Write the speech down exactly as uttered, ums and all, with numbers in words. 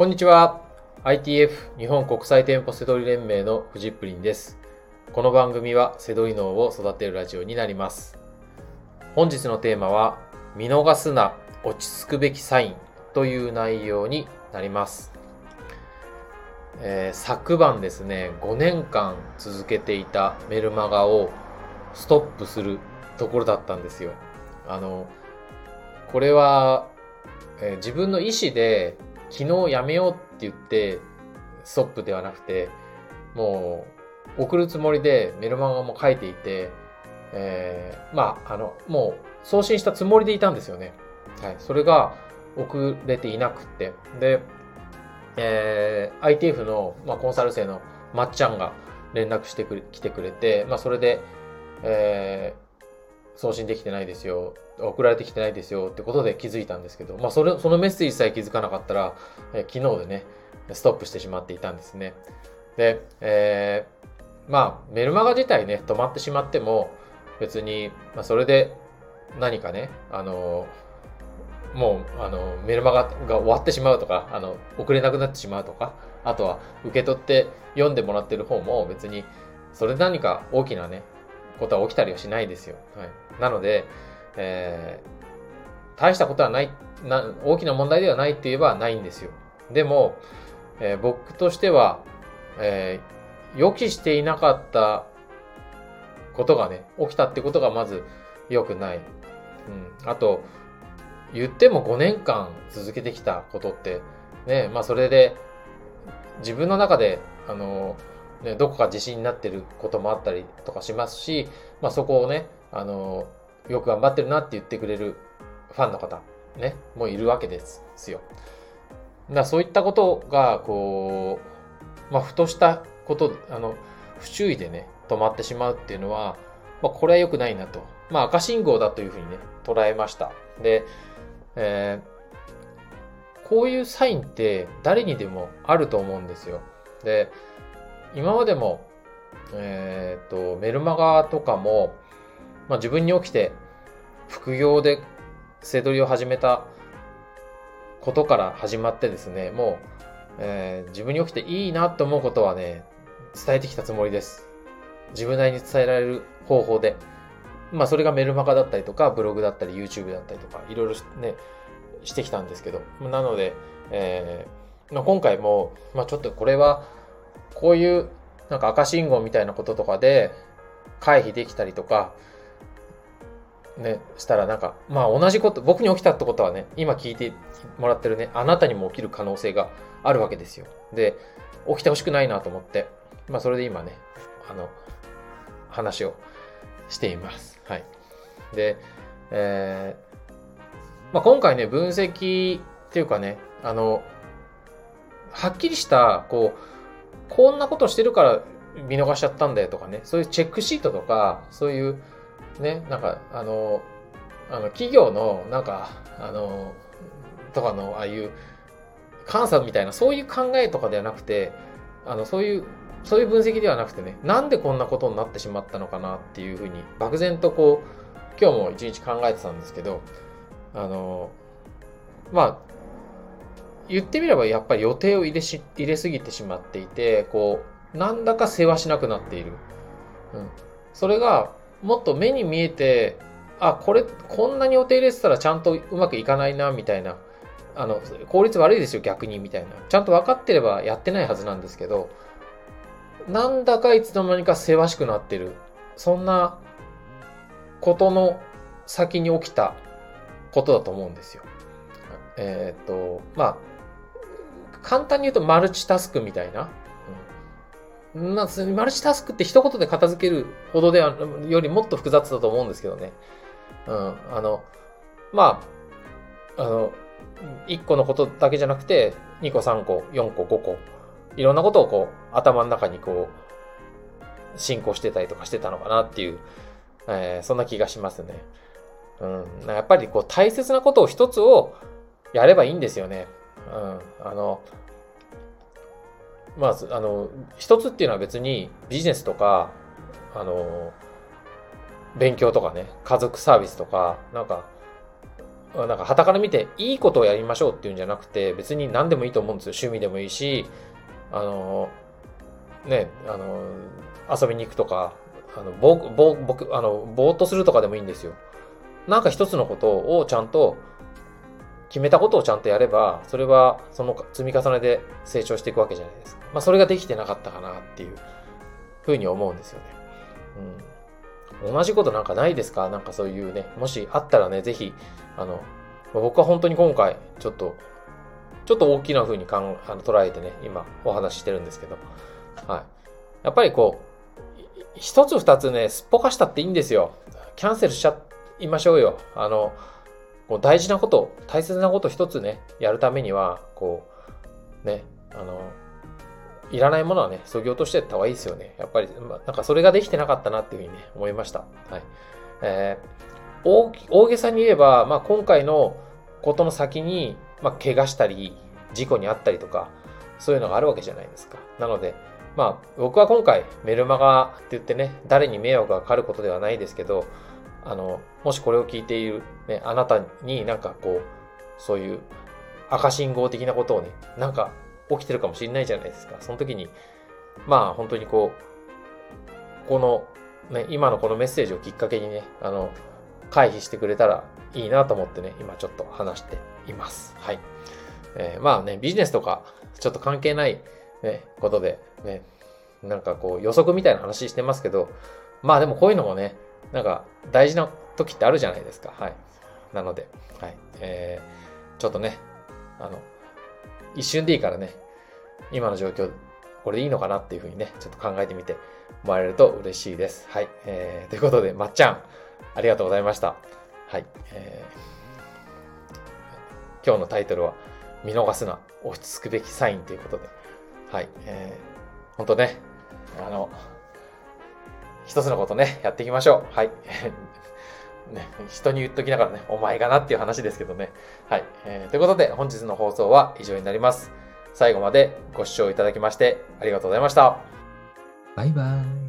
こんにちは。アイティーエフ 日本国際店舗セドリ連盟のフジップリンです。この番組はセドリ脳を育てるラジオになります。本日のテーマは見逃すな、落ち着くべきサインという内容になります。えー、昨晩ですね、ごねんかん続けていたメルマガをストップするところだったんですよ。あの、これは、えー、自分の意思で昨日やめようって言ってストップではなくて、もう送るつもりでメルマガも書いていて、えー、まあ、あの、もう送信したつもりでいたんですよね。はい。それが送れていなくって。で、えー、アイティーエフ の、まあ、コンサル生のまっちゃんが連絡してくれ、来てくれて、まあ、それで、えー、送信できてないですよ、送られてきてないですよってことで気づいたんですけど、まあそれ、そのメッセージさえ気づかなかったら、えー、昨日でね、ストップしてしまっていたんですね。で、えー、まあメルマガ自体ね、止まってしまっても、別に、まあ、それで何かね、あのー、もう、あの、メルマガが終わってしまうとか、あの、送れなくなってしまうとか、あとは受け取って読んでもらってる方も別に、それで何か大きなね、ことは起きたりはしないですよ。はい。なので、えー、大したことはないな、大きな問題ではないって言えばないんですよ。でも、えー、僕としては、えー、予期していなかったことがね、起きたってことがまず良くない。うん。あと、言ってもごねんかん続けてきたことって、ね、まあそれで、自分の中で、あの、ね、どこか自信になってることもあったりとかしますし、まあそこをね、あの、よく頑張ってるなって言ってくれるファンの方、ね、もういるわけですよ。だからそういったことが、こう、まあふとしたこと、あの、不注意でね、止まってしまうっていうのは、まあこれは良くないなと。まあ赤信号だというふうにね、捉えました。で、えー、こういうサインって誰にでもあると思うんですよ。で、今までも、えっと、メルマガとかも、まあ、自分に起きて副業でセドリを始めたことから始まってですね、もう、えー、自分に起きていいなと思うことはね、伝えてきたつもりです。自分なりに伝えられる方法で。まあそれがメルマガだったりとか、ブログだったり、YouTube だったりとか、いろいろね、してきたんですけど。なので、えーまあ、今回も、まあちょっとこれは、こういうなんか赤信号みたいなこととかで回避できたりとか、ね、したらなんか、まあ同じこと、僕に起きたってことはね、今聞いてもらってるね、あなたにも起きる可能性があるわけですよ。で、起きてほしくないなと思って、まあそれで今ね、あの、話をしています。はい。で、えー、まあ今回ね、分析っていうかね、あの、はっきりした、こう、こんなことしてるから見逃しちゃったんだよとかね、そういうチェックシートとか、そういう、ね、なんか、あの、あの、企業の、なんか、あの、とかの、ああいう、監査みたいな、そういう考えとかではなくて、あの、そういう、そういう分析ではなくてね、なんでこんなことになってしまったのかなっていうふうに、漠然とこう、今日も一日考えてたんですけど、あの、まあ、言ってみればやっぱり予定を入れし、入れすぎてしまっていて、こう、なんだか世話しなくなっている。うん。それが、もっと目に見えて、あ、これ、こんなに予定入れてたらちゃんとうまくいかないな、みたいな。あの、効率悪いですよ、逆に、みたいな。ちゃんと分かってればやってないはずなんですけど、なんだかいつの間にか世話しくなってる。そんなことの先に起きたことだと思うんですよ。えーっと、まあ、簡単に言うとマルチタスクみたいな。うん、まあ、マルチタスクって一言で片付けるほどでは、よりもっと複雑だと思うんですけどね。うん、あの、まあ、あの、いっこのことだけじゃなくて、にこ、さんこ、よんこ、ごこ、いろんなことをこう、頭の中にこう、進行してたりとかしてたのかなっていう、えー、そんな気がしますね。うん、やっぱりこう、大切なことを一つをやればいいんですよね。うん、あの、まあ、あの、一つっていうのは別にビジネスとか、あの、勉強とかね、家族サービスとか、なんか、 なんか傍から見ていいことをやりましょうっていうんじゃなくて、別に何でもいいと思うんですよ。趣味でもいいし、あのね、あの遊びに行くとか、あのぼぼ僕あのぼーっとするとかでもいいんですよ。なんか一つのことをちゃんと決めたことをちゃんとやれば、それはその積み重ねで成長していくわけじゃないですか。まあそれができてなかったかなっていうふうに思うんですよね。うん、同じことなんかないですか？なんかそういうね、もしあったらね、ぜひ、あの、僕は本当に今回、ちょっと、ちょっと大きな風にかんあの捉えてね、今お話ししてるんですけど、はい。やっぱりこう、一つ二つね、すっぽかしたっていいんですよ。キャンセルしちゃいましょうよ。あの、こう大事なこと、大切なこと一つね、やるためには、こう、ね、あの、いらないものはね、削ぎ落としていった方がいいですよね。やっぱり、まあ、なんかそれができてなかったなっていうふうにね、思いました。はい。えー、大、大げさに言えば、まあ今回のことの先に、まあ怪我したり、事故にあったりとか、そういうのがあるわけじゃないですか。なので、まあ僕は今回メルマガって言ってね、誰に迷惑がかかることではないですけど、あの、もしこれを聞いている、ね、あなたになんかこう、そういう赤信号的なことをね、なんか起きてるかもしれないじゃないですか。その時に、まあ本当にこう、この、ね、今のこのメッセージをきっかけにね、あの、回避してくれたらいいなと思ってね、今ちょっと話しています。はい。えー、まあね、ビジネスとかちょっと関係ない、ね、ことで、ね、なんかこう予測みたいな話してますけど、まあでもこういうのもね、なんか大事な時ってあるじゃないですか。はい。なので、はい。えー、ちょっとね、あの、一瞬でいいからね、今の状況、これでいいのかなっていうふうにね、ちょっと考えてみてもらえると嬉しいです。はい。えー、ということで、まっちゃん、ありがとうございました。はい。えー、今日のタイトルは、見逃すな、落ち着くべきサインということで、はい。えー、ほんとね、あの、一つのことね、やっていきましょう。はい。ね、人に言っときながらね、お前がなっていう話ですけどね。はい。えー、ということで、本日の放送は以上になります。最後までご視聴いただきましてありがとうございました。 バイバイ。